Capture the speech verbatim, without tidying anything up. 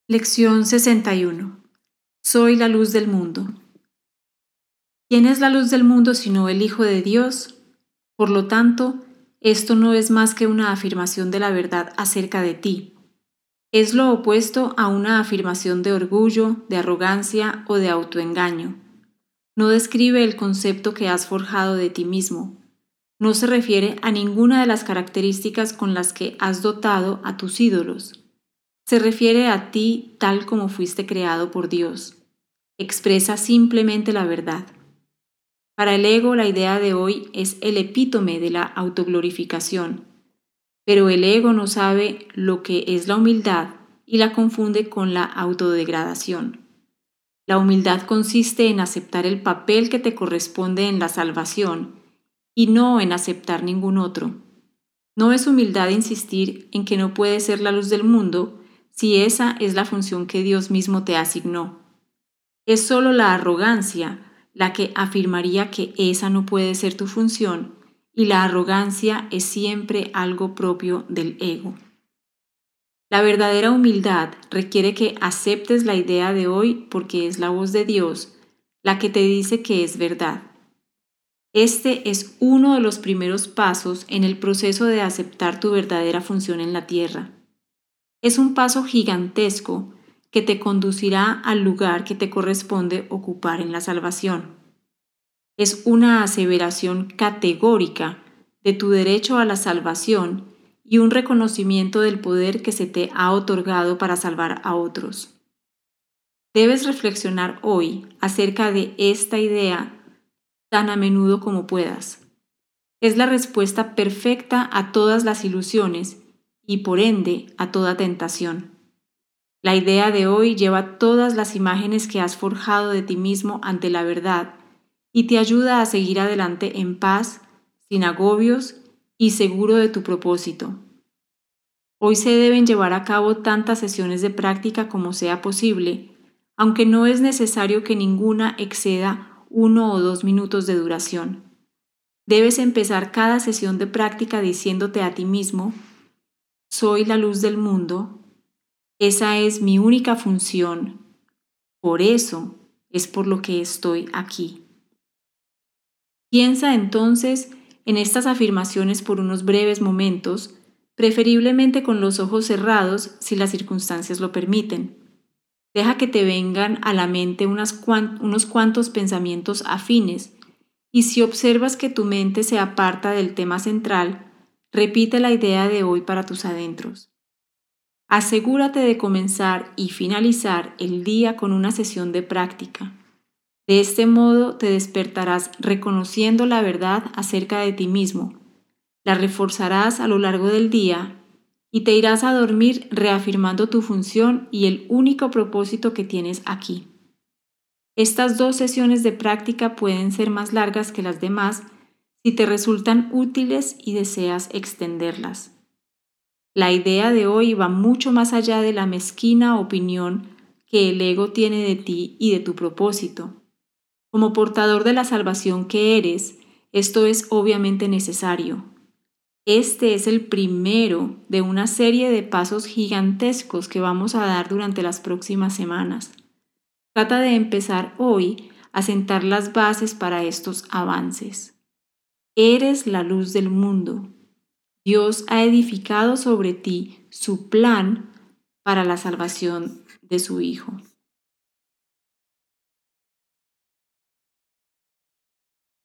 Lección sesenta y uno. Soy la luz del mundo. ¿Quién es la luz del mundo sino el Hijo de Dios? Por lo tanto, esto no es más que una afirmación de la verdad acerca de ti. Es lo opuesto a una afirmación de orgullo, de arrogancia o de autoengaño. No describe el concepto que has forjado de ti mismo. No se refiere a ninguna de las características con las que has dotado a tus ídolos. Se refiere a ti tal como fuiste creado por Dios. Expresa simplemente la verdad. Para el ego, la idea de hoy es el epítome de la autoglorificación, pero el ego no sabe lo que es la humildad y la confunde con la autodegradación. La humildad consiste en aceptar el papel que te corresponde en la salvación y no en aceptar ningún otro. No es humildad insistir en que no puedes ser la luz del mundo si esa es la función que Dios mismo te asignó. Es solo la arrogancia la que afirmaría que esa no puede ser tu función, y la arrogancia es siempre algo propio del ego. La verdadera humildad requiere que aceptes la idea de hoy porque es la voz de Dios la que te dice que es verdad. Este es uno de los primeros pasos en el proceso de aceptar tu verdadera función en la tierra. Es un paso gigantesco que te conducirá al lugar que te corresponde ocupar en la salvación. Es una aseveración categórica de tu derecho a la salvación y un reconocimiento del poder que se te ha otorgado para salvar a otros. Debes reflexionar hoy acerca de esta idea tan a menudo como puedas. Es la respuesta perfecta a todas las ilusiones y por ende a toda tentación. La idea de hoy lleva todas las imágenes que has forjado de ti mismo ante la verdad y te ayuda a seguir adelante en paz, sin agobios y seguro de tu propósito. Hoy se deben llevar a cabo tantas sesiones de práctica como sea posible, aunque no es necesario que ninguna exceda uno o dos minutos de duración. Debes empezar cada sesión de práctica diciéndote a ti mismo: soy la luz del mundo, esa es mi única función, por eso es por lo que estoy aquí. Piensa entonces en estas afirmaciones por unos breves momentos, preferiblemente con los ojos cerrados si las circunstancias lo permiten. Deja que te vengan a la mente unas cuan- unos cuantos pensamientos afines, y si observas que tu mente se aparta del tema central, repite la idea de hoy para tus adentros. Asegúrate de comenzar y finalizar el día con una sesión de práctica. De este modo te despertarás reconociendo la verdad acerca de ti mismo, la reforzarás a lo largo del día y te irás a dormir reafirmando tu función y el único propósito que tienes aquí. Estas dos sesiones de práctica pueden ser más largas que las demás si te resultan útiles y deseas extenderlas. La idea de hoy va mucho más allá de la mezquina opinión que el ego tiene de ti y de tu propósito. Como portador de la salvación que eres, esto es obviamente necesario. Este es el primero de una serie de pasos gigantescos que vamos a dar durante las próximas semanas. Trata de empezar hoy a sentar las bases para estos avances. Eres la luz del mundo. Dios ha edificado sobre ti su plan para la salvación de su Hijo.